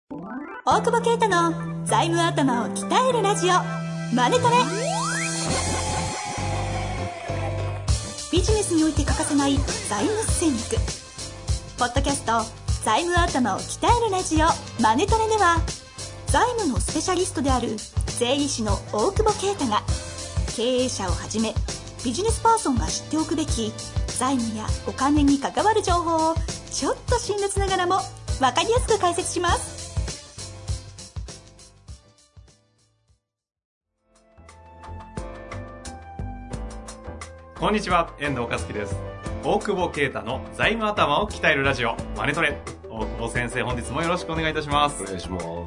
大久保啓太の財務頭を鍛えるラジオマネトレ。ビジネスにおいて欠かせない財務戦略。ポッドキャスト財務頭を鍛えるラジオマネトレでは、財務のスペシャリストである税理士の大久保啓太が、経営者をはじめビジネスパーソンが知っておくべき財務やお金に関わる情報をちょっと辛辣ながらも分かりやすく解説します。 こんにちは、遠藤和樹です。大久保啓太の財務頭を鍛えるラジオマネトレ。大久保先生、本日もよろしくお願いいたします。 お願いします。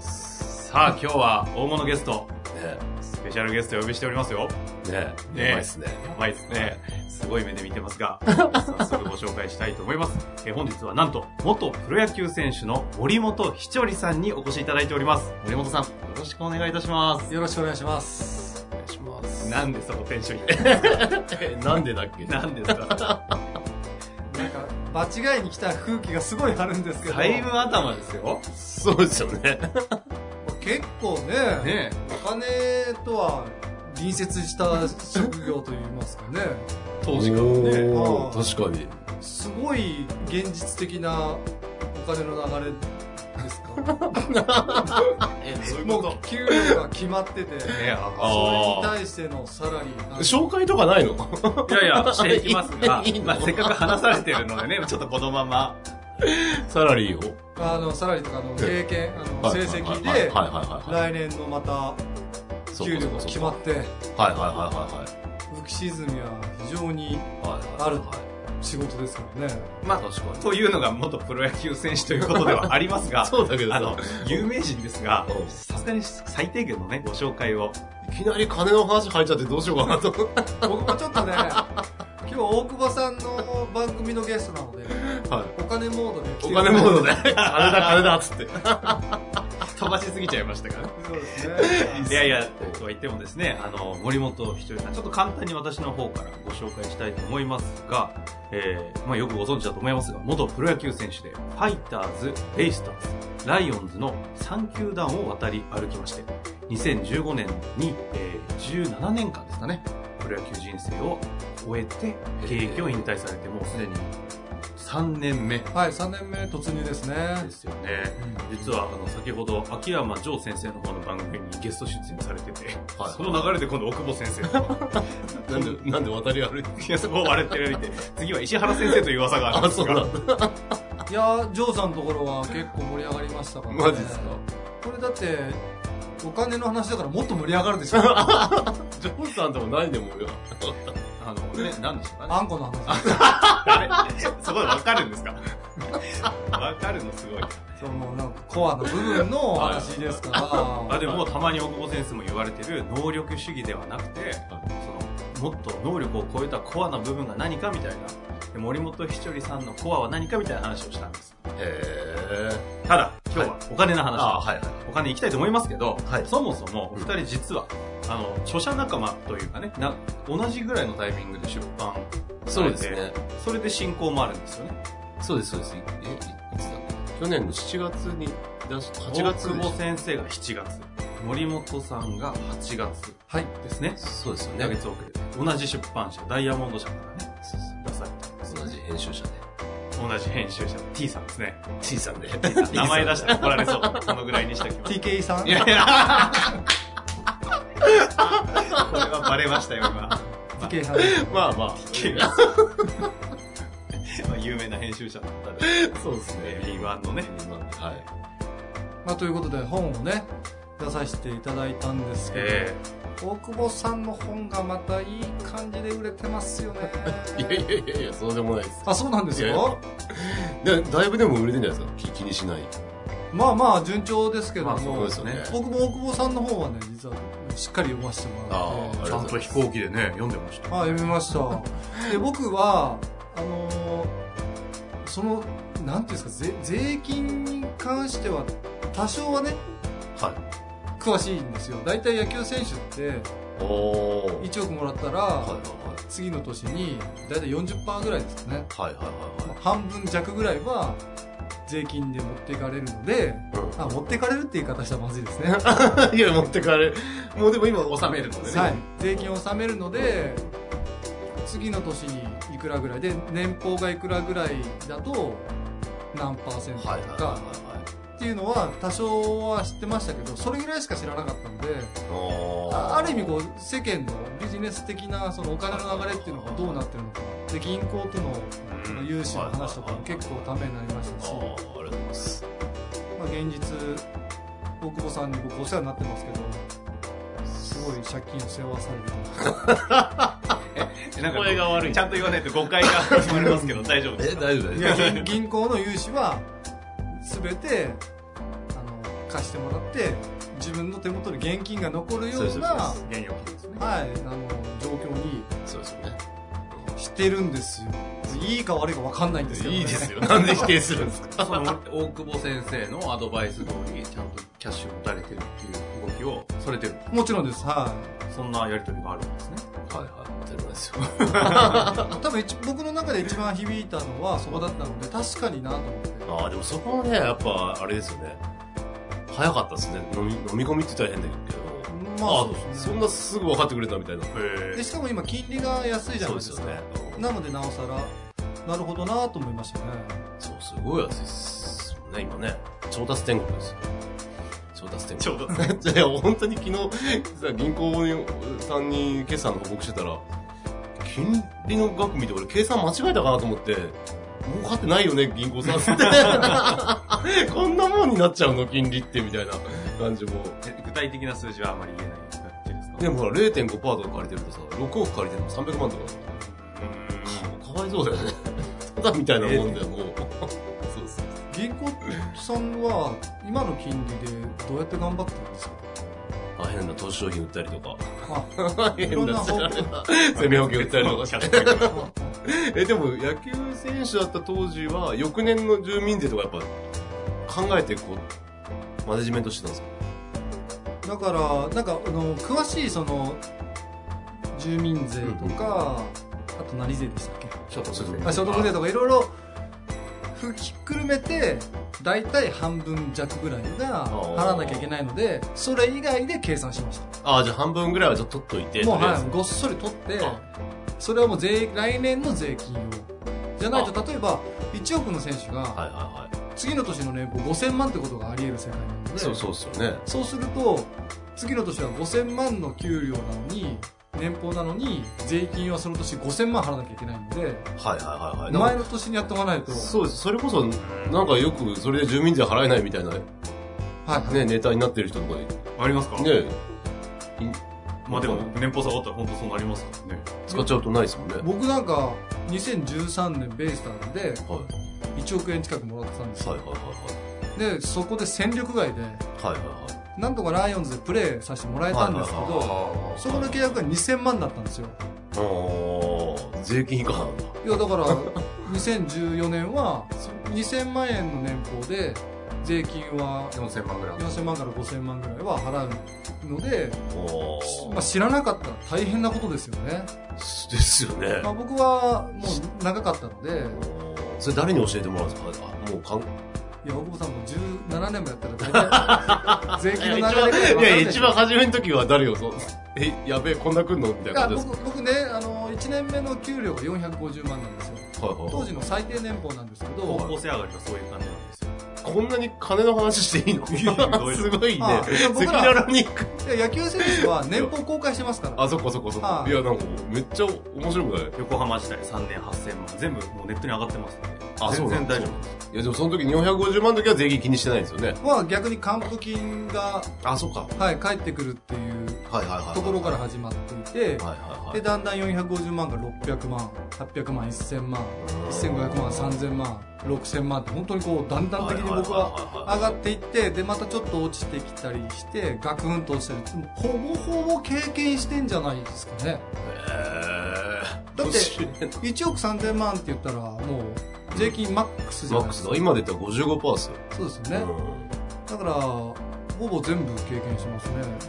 さあ、今日は大物ゲスト、 ね、 スペシャルゲストをお呼びしておりますよ。 ね、やばいですね。 やばいですね。すごい目で見てますが、早速ご紹介したいと思います。本日はなんと、元プロ野球選手の森本ひちょりさんにお越しいただいております。森本さん、よろしくお願いいたします。 よろしくお願いします。 お願いします。 なんでそこテンションいってなんでだっけ？ なんですか？ なんか、間違いに来た空気がすごいあるんですけど。 財務頭ですよ。 そうですよね。 結構ね、お金とは隣接した職業といいますかね。 当時からね。 確かに。 すごい現実的なお金の流れですか？もう給料が決まってて、それに対してのサラリー。 紹介とかないの？ いやいや、していきますが、まあ、せっかく話されてるのでね、ちょっとこのまま。 サラリーをサラリーとか経験、成績で、来年のまた、給料が決まって、浮き沈みは非常にある仕事ですからね。 まあ、確かに。というのが元プロ野球選手ということではありますが、 そうだけど有名人ですが、さすがに最低限のね、ご紹介を。 いきなり金の話入っちゃってどうしようかなと。 僕もちょっとね、今日大久保さんの番組のゲストなので、お金モードで来てる。 お金モードで。金だっつって。 飛ばしすぎちゃいましたから。 そうですね。 いやいや、とは言ってもですね、森本ひちょりさん、ちょっと簡単に私の方からご紹介したいと思いますが、まあよくご存知だと思いますが、元プロ野球選手で、ファイターズ、ベイスターズ、ライオンズの3球団を渡り歩きまして、2015年に、17年間ですかね、プロ野球人生を終えて、現役を引退されて、もうすでに3年目。 はい、3年目突入ですね。 ですよね。実は、先ほど、秋山城先生の方の番組にゲスト出演されてて、その流れで今度、大久保先生なんで渡り歩いていや、そこを渡り歩いて、次は石原先生という噂があるんですが。 いや、城さんのところは結構盛り上がりましたからね。 マジですか？ これだって、お金の話だからもっと盛り上がるでしょ。 ジョンさんとも何でも盛り上がった。 何でしたかね。 あんこの話。 あれそこでわかるんですか？わかるのすごい。 そう、もうなんかコアの部分の話ですから。 でもたまに大久保先生も言われてる能力主義ではなくて、もっと能力を超えたコアな部分が何かみたいな。で森本ひちょりさんのコアは何かみたいな話をしたんです。ただ、今日はお金の話、お金行きたいと思いますけど、そもそもお二人実は、著者仲間というかね、同じぐらいのタイミングで出版されて、そうですね。それで進行もあるんですよね。 そうです、そうです。いつだっけ？去年の7月に出し、8月。 大久保先生が7月。森本さんが8月。ですね。 そうですよね。 1ヶ月遅れで。同じ出版社、ダイヤモンド社からね、出されてます。 同じ編集者で。 同じ編集者、T さんですね。 T さんで。 名前出したら怒られそう。このぐらいにしておきます。 TK さん？ いやいやこれはバレましたよ、今。 TK さん。 まあまあ。 TK 有名な編集者だったら。 そうですね。 B1 のね。 はい。 まあということで本をね、出させていただいたんですけど、大久保さんの本がまたいい感じで売れてますよね。 いや、そうでもないです。 あ、そうなんですよ。 だいぶでも売れてんじゃないですか、気にしない。 まあまあ順調ですけども、 そうですよね。 僕も大久保さんの方はね、実はしっかり読ませてもらって、 ちゃんと飛行機でね、読んでました。 読みました。で、僕は、なんていうんですか、税金に関しては、多少はね、詳しいんですよ。大体野球選手って、1億もらったら、次の年に、大体 40% ぐらいですかね。半分弱ぐらいは、 税金で持っていかれるので、持っていかれるって言い方したらまずいですね。 いや、持ってかれる。もうでも今納めるのでね。 はい。税金を納めるので、次の年にいくらぐらいで、年俸がいくらぐらいだと、何%とか、っていうのは多少は知ってましたけど、それぐらいしか知らなかったので、ある意味こう世間のビジネス的なそのお金の流れっていうのがどうなってるのか、で銀行との融資の話とかも結構ためになりましたし、 ありがとうございます。 現実大久保さんに僕お世話になってますけど、すごい借金を背負わされてなんか声が悪い。ちゃんと言わないと誤解が生まれますけど大丈夫ですか？ 大丈夫です。 銀行の融資は全て貸してもらって自分の手元に現金が残るような現預金ですね。 はい、状況にそうですよね。 してるんですよ。いいか悪いか分かんないんですけど、ね、 いいですよ。なんで否定するんですか？ その大久保先生のアドバイス通りちゃんとキャッシュを持たれてるっていう動きをされてる。 もちろんです。はい。 そんなやり取りがあるんですね。 はいはい。当たり前ですよ。 多分僕の中で一番響いたのはそこだったので、確かになと思って。 ああ、でもそこはね、やっぱあれですよね。早かったですね。飲み込みって言ったら変だけど。まあ、そうですね。そんなすぐ分かってくれたみたいな。 でしかも今金利が安いじゃないですか。そうですよね。なのでなおさらなるほどなと思いましたね。 そう、すごい安いですね、今ね。調達天国ですよ。調達天国。いや、本当に昨日、銀行さんに決算の報告してたら、金利の額見て俺計算間違えたかなと思って、儲かってないよね、銀行さんって。こんなもんになっちゃうの、金利って、みたいな感じも。 具体的な数字はあまり言えない感じですか？ でもほら、0.5% とか借りてるとさ、6億借りてるの300万とかかわいそうだよね。ただみたいなもんだよ、もう。そうそう。 銀行さんは今の金利でどうやって頑張ってるんですか？ 変な投資商品売ったりとか。 いろんな方法。 生命保険売ったりとかして。でも野球選手だった当時は、翌年の住民税とかやっぱ考えてこう、マネジメントしてたんですか？ だから、なんか詳しいその、住民税とか、あと何税でしたっけ？ 所得税。 所得税とかいろいろひっくるめて、だいたい半分弱ぐらいが払わなきゃいけないので、それ以外で計算しました。 ああ、じゃあ半分ぐらいはちょっと取っといて。 もうはい、ごっそり取って、それはもう来年の税金を。じゃないと、例えば、1億の選手が、次の年の年俸5000万ってことがあり得る世界なので、 そうですよね。 そうすると、次の年は5000万の給料なのに、年俸なのに税金はその年5000万払わなきゃいけないので、前の年にやっておかないと。 そうです。それこそなんかよくそれで住民税払えないみたいな、ね、ネタになってる人とかありますかね。 まあでも年俸下がったら本当そうなりますからね。 使っちゃうとないですもんね。 僕なんか2013年ベイスターズで1億円近くもらってたんですよ。でそこで戦力外で、なんとかライオンズでプレーさせてもらえたんですけど、そこの契約が2000万だったんですよ。 税金以下なんだ。 いやだから2014年は2000万円の年俸で税金は 4000万ぐらい、 4000万から5000万ぐらいは払うので、まあ、知らなかったら大変なことですよね。 ですよね。 まあ、僕はもう長かったので。 それ誰に教えてもらうんですか？もういや、大久保さんも17年もやったら大体、税金の流れぐらい分かるでしょ。 いや、一番初めの時は誰よ、やべえ、こんな来んのみたいな感じです。 僕ね、1年目の給料が450万なんですよ。当時の最低年俸なんですけど。 高校生上がりはそういう感じなんですよ。 こんなに金の話していいの？すごいね。赤裸々に。 野球選手は年俸公開してますから。 あ、そっか。いや、なんかめっちゃ面白くない？ 横浜時代3年8000万。全部もうネットに上がってますね。 全然大丈夫です。 いや、でもその時450万の時は税金気にしてないんですよね。 まあ逆に還付金が、 そうか。 はい、返ってくるっていうところから始まっていて、で、だんだん450万が600万、800万、1000万、1500万、3000万、6000万って本当にこう、だんだん的に僕は上がっていって、で、またちょっと落ちてきたりして、ガクンと落ちたり、ほぼほぼ経験してんじゃないですかね。だって、1億3000万って言ったら、もう、税金マックスじゃないですか。 今で言ったら 55% ですよ。 そうですよね。だから、ほぼ全部経験しますね。 す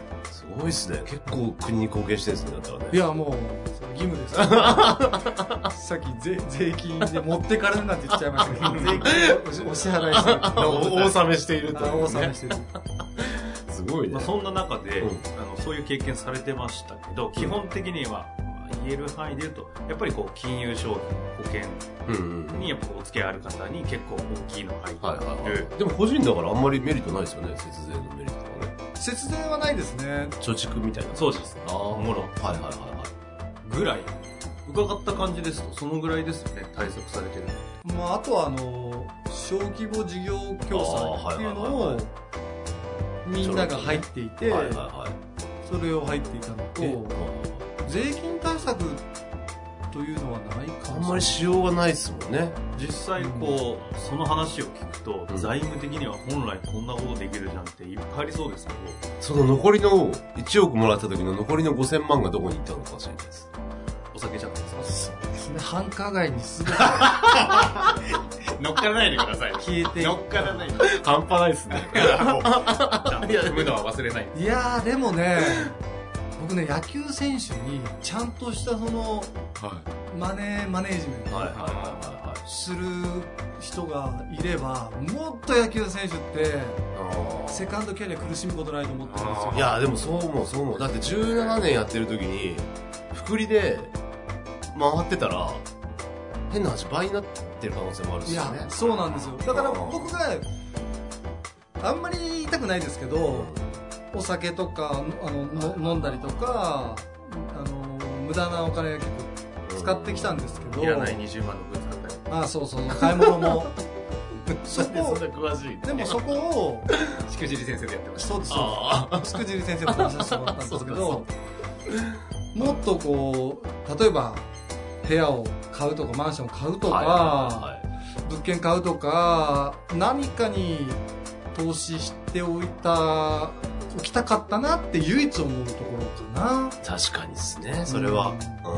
すごいですね。結構国に貢献してるんですね、だったらね。 いや、もう、義務ですさっき税金で持ってかれるなんて言っちゃいましたけど、税金をお支払いする。 大納めしていると、ね。 大納めしている。 すごいね。 そんな中で、そういう経験されてましたけど、基本的には、言える範囲で言うと、やっぱりこう、金融商品、保険にやっぱお付き合いある方に結構大きいの入ってる。 でも個人だからあんまりメリットないですよね、節税のメリットはね。 節税はないですね。 貯蓄みたいな。 そうです。もろ。 はい。 ぐらい。伺った感じですと、そのぐらいですよね、対策されてる。 まあ、あとは小規模事業共済っていうのを、みんなが入っていて、それを入っていたのと、税金対策というのはないかも。 あんまりしようがないですもんね。 実際こう、その話を聞くと、財務的には本来こんなことできるじゃんっていっぱいありそうですけど、 その残りの1億もらった時の残りの5000万がどこに行ったのかもしれないです。 お酒じゃないですか。 そうですね。繁華街にすべて乗っからないでください。 消えて乗っからないで。 半端ないですね。 ちゃんと踏むのは忘れない。 いやー、でもね、僕ね、野球選手にちゃんとしたマネージメントする人がいれば、もっと野球選手ってセカンドキャリア苦しむことないと思ってるんですよ。 いやでもそう思う。だって17年やってる時に複利で回ってたら変な話倍になってる可能性もあるしね。 いやそうなんですよ。だから僕があんまり言いたくないですけど、お酒とか飲んだりとか無駄なお金結構使ってきたんですけど、 いらない20万のグッズ買ったり、 そう買い物もそんな詳しい。 でもそこをしくじり先生でやってました。 そうです。しくじり先生と話させてもらったんですけど、もっとこう例えば部屋を買うとかマンションを買うとか、物件買うとか何かに投資しておきたかったなって唯一思うところかな。 確かにですね、それは。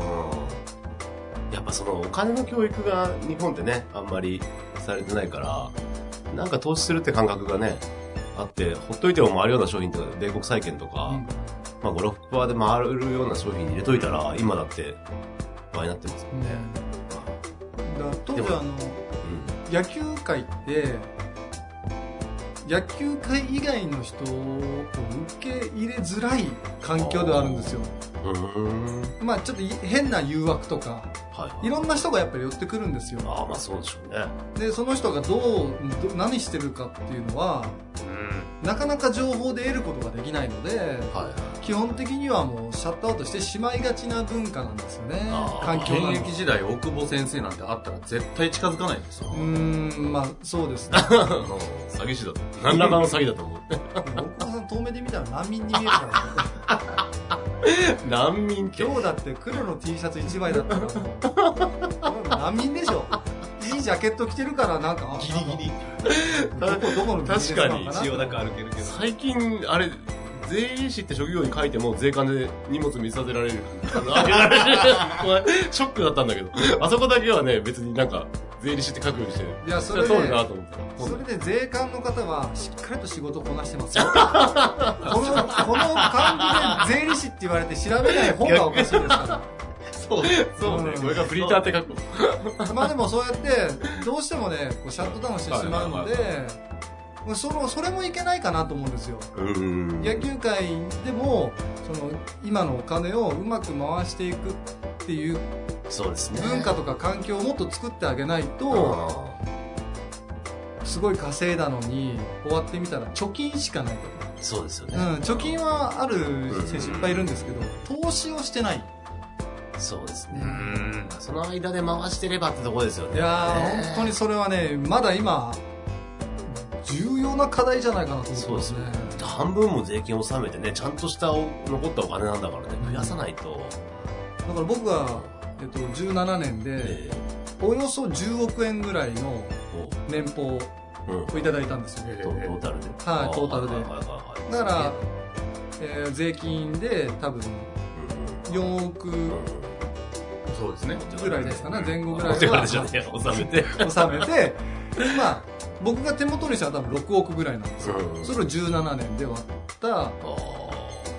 やっぱそのお金の教育が日本ってね、あんまりされてないから、なんか投資するって感覚がね、あって、ほっといても回るような商品とか、米国債券とか、まあ5、6%で回るような商品に入れといたら、今だって倍になってますもんね。 当時野球界って、野球界以外の人を受け入れづらい環境ではあるんですよ。まあちょっと変な誘惑とか、いろんな人がやっぱり寄ってくるんですよ。 まあそうでしょうね。 でその人が何してるかっていうのは、なかなか情報で得ることができないので、基本的にはもうシャットアウトしてしまいがちな文化なんですよね。環境が。 現役時代大久保先生なんてあったら絶対近づかないんですよ。 まあそうですね。 詐欺師だと。何らかの詐欺だと思う。 大久保さん遠目で見たら難民に見えるからね。 難民今日だって黒の T シャツ1枚だったらもう難民でしょ。いいジャケット着てるからなんかギリギリどこのビジネスなのかな。 確かに千代田区歩けるけど最近あれ税理士って職業に書いても税関で荷物見させられるショックだったんだけど、あそこだけはね別になんか税理士って書くようにしてる。 いやそれで通るなと思ったら、 それで税関の方はしっかりと仕事をこなしてますよ。この感じで税理士って言われて調べない方がおかしいですから。 そうね。これがフリーターって書く。 まあでもそうやってどうしてもねこうシャットダウンしてしまうので、それもいけないかなと思うんですよ。野球界でも今のお金をうまく回していくっていう文化とか環境をもっと作ってあげないと、すごい稼いだのに終わってみたら貯金しかないとか。 そうですよね。 貯金はある選手いっぱいいるんですけど、投資をしてない。 そうですね。その間で回してればってところですよね。 いやー、本当にそれはね、まだ今重要な課題じゃないかなと思ってますね。 半分も税金を納めてね、ちゃんとした残ったお金なんだからね、増やさないと。 だから僕が、17年で、およそ10億円ぐらいの年俸をいただいたんですよ。 トータルで。 はい、トータルで。だから、税金で多分4億そうですねぐらいですかね、前後ぐらいは納めてまあ僕が手元にしたら多分6億ぐらいなんですよ。それを17年で割った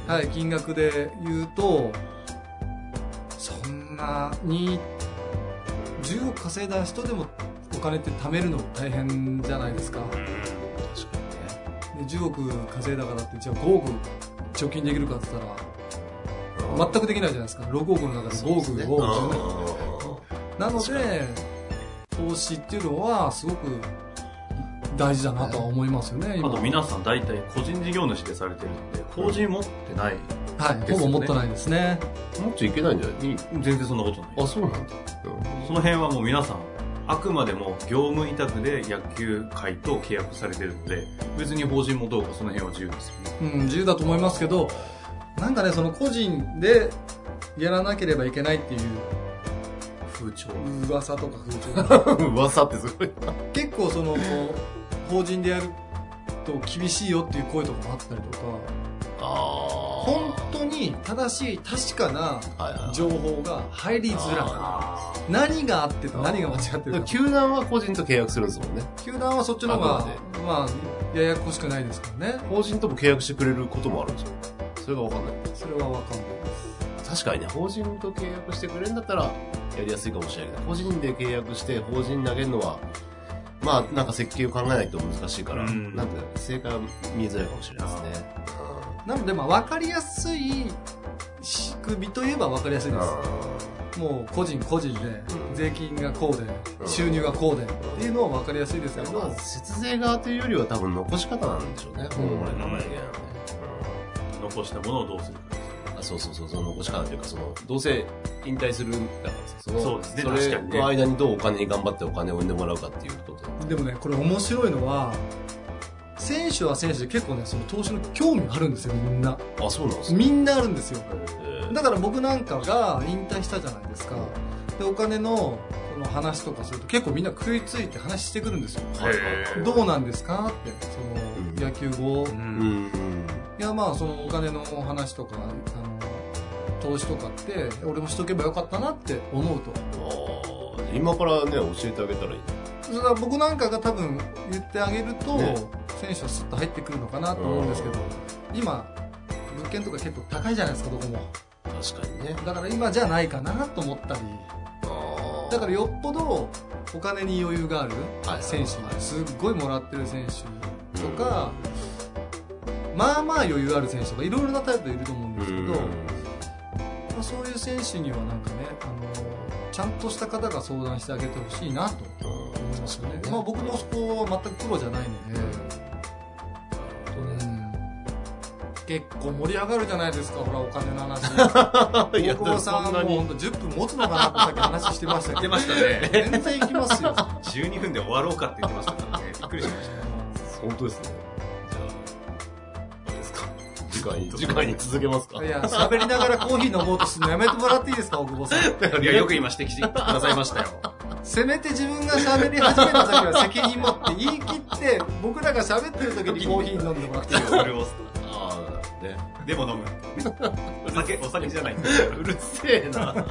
はい、金額で言うと、そんなに10億稼いだ人でもお金って貯めるの大変じゃないですか。確かにね。で10億稼いだからってじゃあ5億貯金できるかって言ったら全くできないじゃないですか。6億の中で5億を、なので投資っていうのはすごく大事だなとは思いますよね。 あと皆さん大体個人事業主でされてるので法人持ってない、 はい、ほぼ持ってないですね。 持っちゃいけないんじゃない？ 全然そんなことない。 あ、そうなんだ。 その辺はもう皆さんあくまでも業務委託で野球界と契約されてるので、別に法人もどうかその辺は自由ですよね。 自由だと思いますけど、なんかね、その個人でやらなければいけないっていう風潮、 噂とか風潮噂ってすごい結構その法人でやると厳しいよっていう声とかもあったりとか、本当に正しい確かな情報が入りづらい。何があってと何が間違ってるか。 球団は個人と契約するんですもんね。 球団はそっちの方がまあややこしくないですからね。 法人とも契約してくれることもあるんですよ。それが分かんない。 それは分かんないです。確かにね、法人と契約してくれるんだったらやりやすいかもしれないけど、個人で契約して法人投げるのはまあなんか設計を考えないと難しいから、なんか正解は見えづらいかもしれないですね。 なのでまあ分かりやすい仕組みといえば分かりやすいです。もう個人個人で税金がこうで、収入がこうでっていうのは分かりやすいですけど、 節税側というよりは多分残し方なんでしょうね。 残したものをどうするかです。 そうその残し方というか、そのどうせ引退するんだからさ、 そうですね、 それの間にどうお金に頑張ってお金を生んでもらうかっていうこと。 でもね、これ面白いのは選手は選手で結構ね、その投資の興味あるんですよ、みんな。 あ、そうなんですか。 みんなあるんですよ。だから僕なんかが引退したじゃないですか。で、お金のその話とかすると結構みんな食いついて話してくるんですよ。どうなんですかって、その野球後。いや、まあそのお金の話とか投資とかって俺もしとけばよかったなって思うと。 今からね、教えてあげたらいい。 それは僕なんかが多分言ってあげると、選手はスッと入ってくるのかなと思うんですけど、今物件とか結構高いじゃないですか、どこも。 確かにね。 だから今じゃないかなと思ったり、だからよっぽどお金に余裕がある選手、すっごいもらってる選手とか、まあまあ余裕ある選手とかいろいろなタイプいると思うんですけど、まあ、そういう選手にはなんかね、ちゃんとした方が相談してあげてほしいなと思いますよね。まあ僕もそこは全くプロじゃないので、結構盛り上がるじゃないですか、ほらお金の話。大久保さんはもう本当10分持つのかなってさっき話してましたけど。 出ましたね。 全然いきますよ。 12分で終わろうかって言ってましたからね。びっくりしました。 本当ですね。じゃあ、どうですか。次回に続けますか。 いや、喋りながらコーヒー飲もうとするのやめてもらっていいですか、大久保さん。 いや、よく今指摘してくださいましたよ。 せめて自分が喋り始めた時は責任持って言い切って、僕らが喋ってる時にコーヒー飲んでもらっていいですか。 ね、でも飲む。お酒じゃないんだ。 うるせえな。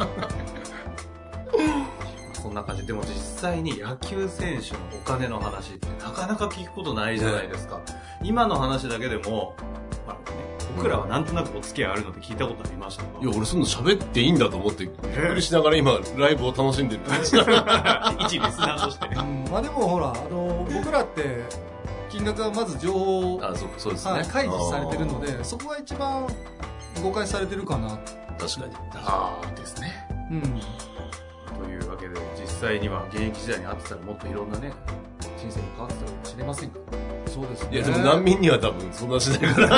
そんな感じで、も実際に野球選手のお金の話ってなかなか聞くことないじゃないですか。今の話だけでも、僕らはなんとなくお付き合いあるので聞いたことありましたか？ いや、俺そんな喋っていいんだと思ってびっくりしながら今ライブを楽しんでる。 一リスナーとして。 まあでもほら、僕らって金額はまず情報をそうですね、 開示されてるので、そこが一番誤解されてるかな。 確かに。 ですね。 というわけで、実際には現役時代に会ってたらもっといろんなね、人生も変わってたかもしれませんか。 そうですね。 いや、でも難民には多分そんなしないから、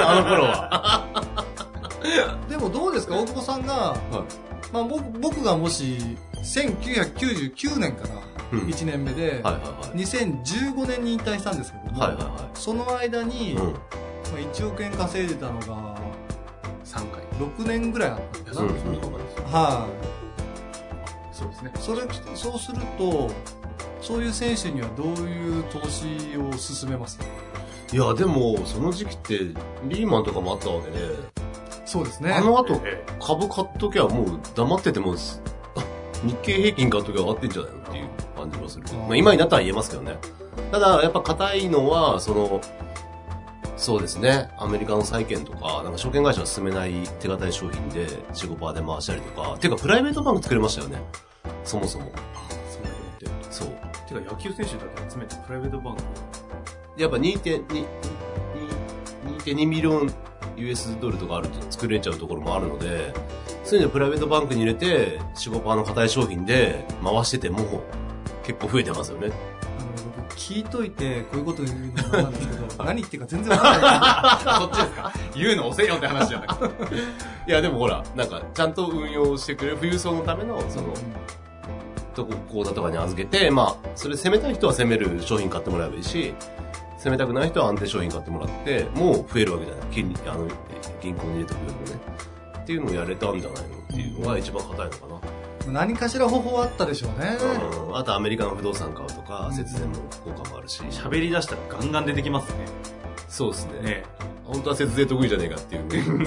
あの頃は。 でもどうですか、大久保さんが、まあ僕がもし1999年から1年目で、2015年に引退したんですけども、その間に、1億円稼いでたのが 3回 6年ぐらいあったんですか。はい。そうですね。そうすると、そういう選手にはどういう投資を勧めますか？ いや、でもその時期ってリーマンとかもあったわけで、 そうですね。 あの後株買っときゃもう黙ってても日経平均買っときゃ上がってんじゃないのっていう感じがする。まあ今になったら言えますけどね。ただやっぱ硬いのはそのそうですね。アメリカの債券とか、なんか証券会社が進めない手堅い商品で 4,5% で回したりとか、ていうかプライベートバンク作れましたよね。そもそも。 そういうのって。 そう。 てか野球選手だけ集めてプライベートバンク。 やっぱ 2.2 ミリオン US ドルとかあると作れちゃうところもあるので、そういうのプライベートバンクに入れて 4,5% の硬い商品で回してても結構増えてますよね。 僕聞いといてこういうこと言うのなんですけど何言ってるか全然わかんないそっちですか？言うの遅いよって話じゃなくていやでもほらなんかちゃんと運用してくれる富裕層のためのその、口座とかに預けて、まあそれ攻めたい人は攻める商品買ってもらえばいいし、攻めたくない人は安定商品買ってもらってもう増えるわけじゃない。銀行に入れておくよりもねっていうのをやれたんじゃないのっていうのが一番硬いのかな。 何かしら方法あったでしょうね。 あとアメリカの不動産買うとか節電の効果もあるし、 喋り出したらガンガン出てきますね。 そうですね。本当は節税得意じゃねえかっていうね。ね、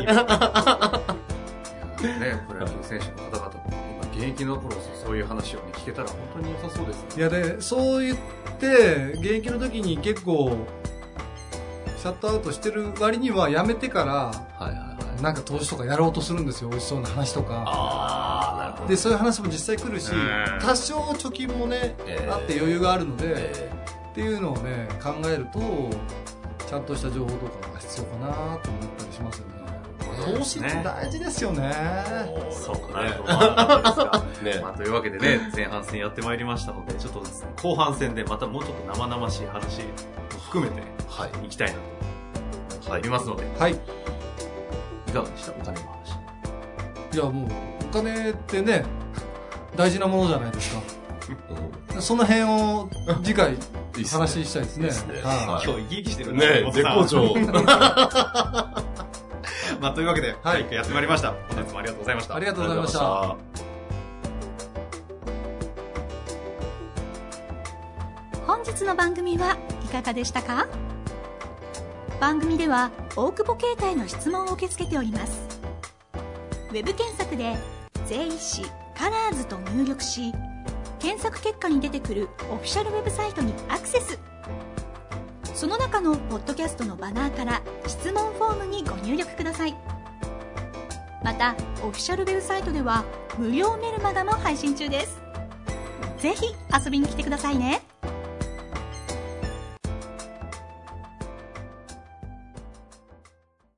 プロ野球選手の方々も今現役の頃そういう話をね聞けたら本当に良さそうですね。 いやでそう言って現役の時に結構シャットアウトしてる割にはやめてから、はいはいはい、なんか投資とかやろうとするんですよ。美味しそうな話とか。 なるほど。 でそういう話も実際来るし、多少貯金もね、あって余裕があるので、っていうのをね考えるとちゃんとした情報とかが必要かなと思ったりしますよね。投資って大事ですよね。 そうかね。まあというわけでね前半戦やってまいりましたので、ちょっと後半戦でまたもうちょっと生々しい話も含めていきたいなと思いますので、はい、いかがでした？お金の話。 いやもうお金ってね大事なものじゃないですか。その辺を次回話したいですね。 今日生き生きしてるね。絶好調。 まあというわけで、はい、やってまいりました。本日もありがとうございました。 ありがとうございました。 本日の番組はいかがでしたか？番組では大久保携帯の質問を受け付けております。ウェブ検索で税理士カラーズと入力し、検索結果に出てくるオフィシャルウェブサイトにアクセス。その中のポッドキャストのバナーから質問フォームにご入力ください。またオフィシャルウェブサイトでは無料メルマガも配信中です。ぜひ遊びに来てくださいね。